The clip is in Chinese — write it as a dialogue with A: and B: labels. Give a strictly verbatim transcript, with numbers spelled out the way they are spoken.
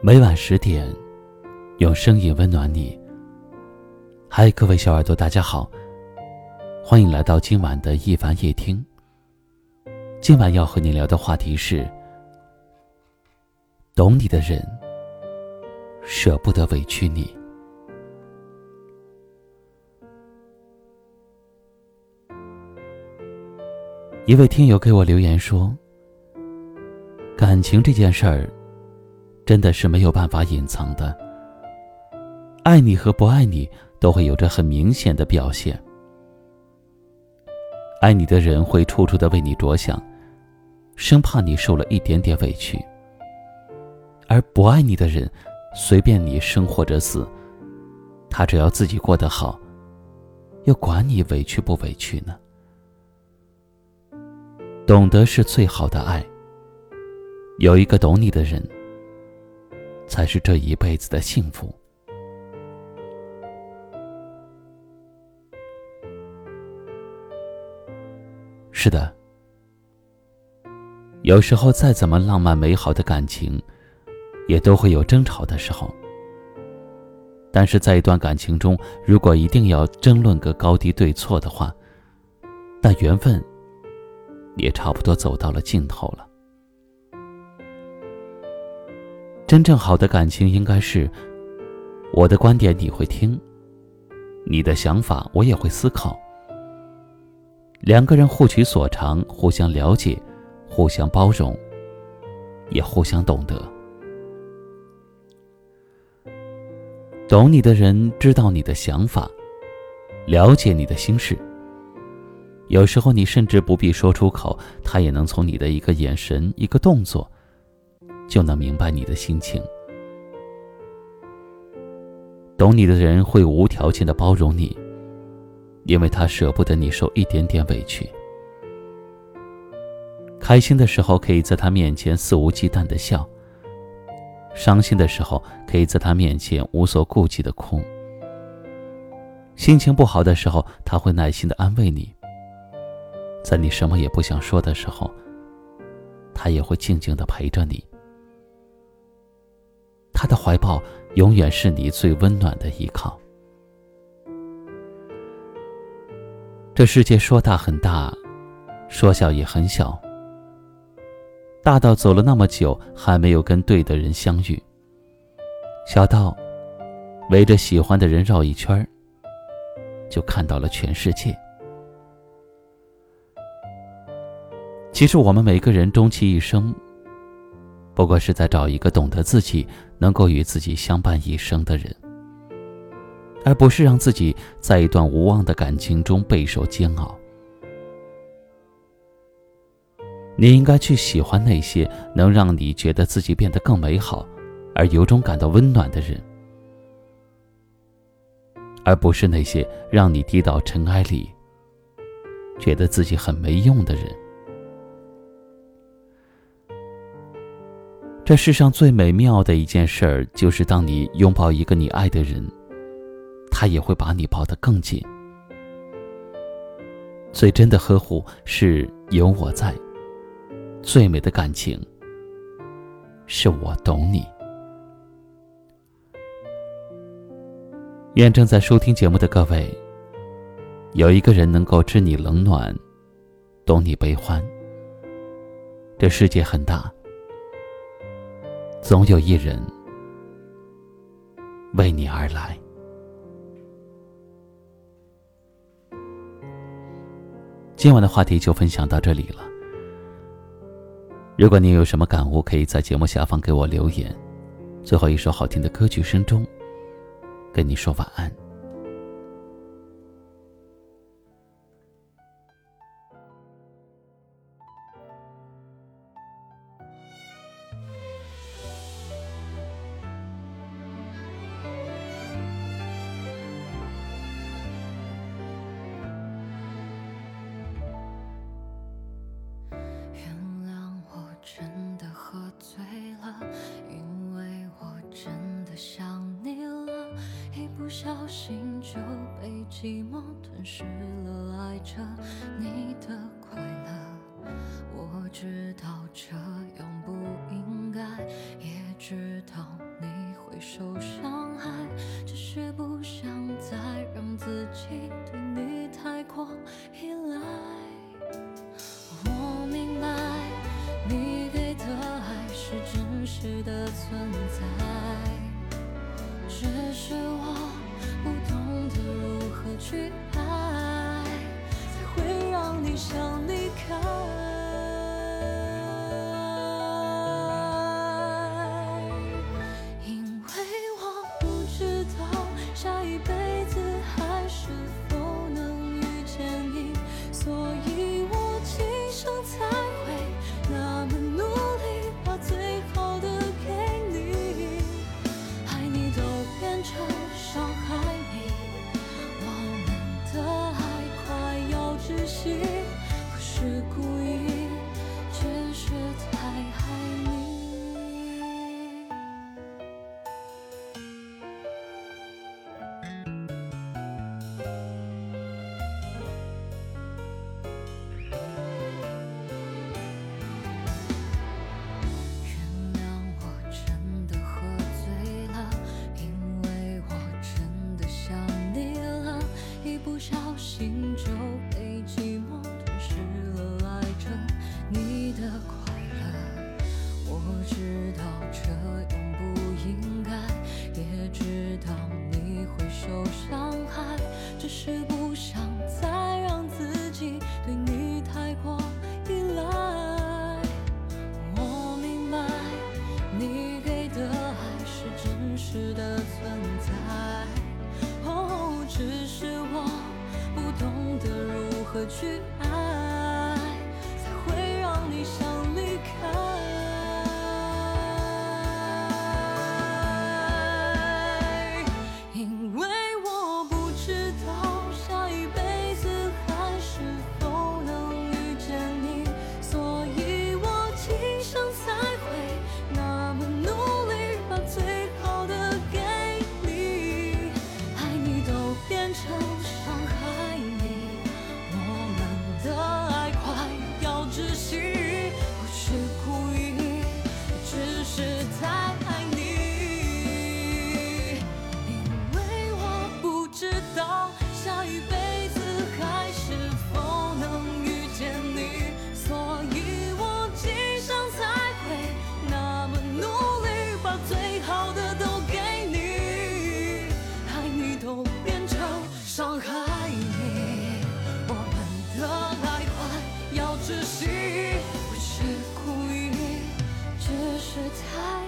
A: 每晚十点，用声音温暖你。嗨，各位小耳朵，大家好，欢迎来到今晚的一凡夜听。今晚要和你聊的话题是：懂你的人，舍不得委屈你。一位听友给我留言说，感情这件事儿真的是没有办法隐藏的，爱你和不爱你都会有着很明显的表现。爱你的人会处处的为你着想，生怕你受了一点点委屈，而不爱你的人随便你生或者死，他只要自己过得好，又管你委屈不委屈呢？懂得是最好的爱，有一个懂你的人才是这一辈子的幸福。是的，有时候再怎么浪漫美好的感情也都会有争吵的时候，但是在一段感情中，如果一定要争论个高低对错的话，那缘分也差不多走到了尽头了。真正好的感情应该是，我的观点你会听，你的想法我也会思考，两个人互取所长，互相了解，互相包容，也互相懂得。懂你的人知道你的想法，了解你的心事，有时候你甚至不必说出口，他也能从你的一个眼神，一个动作就能明白你的心情。懂你的人会无条件的包容你，因为他舍不得你受一点点委屈。开心的时候可以在他面前肆无忌惮的笑，伤心的时候可以在他面前无所顾忌的哭。心情不好的时候，他会耐心的安慰你，在你什么也不想说的时候，他也会静静的陪着你。他的怀抱永远是你最温暖的依靠。这世界说大很大，说小也很小，大到走了那么久还没有跟对的人相遇，小到围着喜欢的人绕一圈就看到了全世界。其实我们每个人终其一生，不过是在找一个懂得自己，能够与自己相伴一生的人，而不是让自己在一段无望的感情中备受煎熬。你应该去喜欢那些能让你觉得自己变得更美好，而由衷感到温暖的人，而不是那些让你低到尘埃里，觉得自己很没用的人。这世上最美妙的一件事儿，就是当你拥抱一个你爱的人，他也会把你抱得更紧。最真的呵护是有我在，最美的感情是我懂你。愿正在收听节目的各位，有一个人能够知你冷暖，懂你悲欢。这世界很大，总有一人为你而来。今晚的话题就分享到这里了。如果你有什么感悟，可以在节目下方给我留言。最后一首好听的歌曲声中，跟你说晚安。
B: 真的喝醉了，因为我真的想你了，一不小心就被寂寞吞噬了，爱着你的快乐。 我知道这样不应该，也知道你会受伤害，只是不想再让自己对你太过依赖。我明白你给的爱是真实的存在，只是我不懂得如何去爱，才会让你想离开。不是故意，只是太爱你。原谅我真的喝醉了，因为我真的想你了，一不小心就被寂寞吞噬了爱着你的快乐。我知道这样不应该，也知道你会受伤害，只是不想再让自己对你太过依赖。我明白你给的爱是真实的存在，哦，只是我不懂得如何去爱，才会让你想离开。因为我不知道下一辈子还是否能遇见你，所以我今生才会那么努力，把最好的给你，爱你都变成伤害你，我们的爱快要窒息，不是故意，只是太爱你。因为我不知道下一辈子还是否能遇见你，所以我今生才会那么努力，把最好的都给你，爱你都变成伤害你，我们的爱快要窒息，不是故意，只是太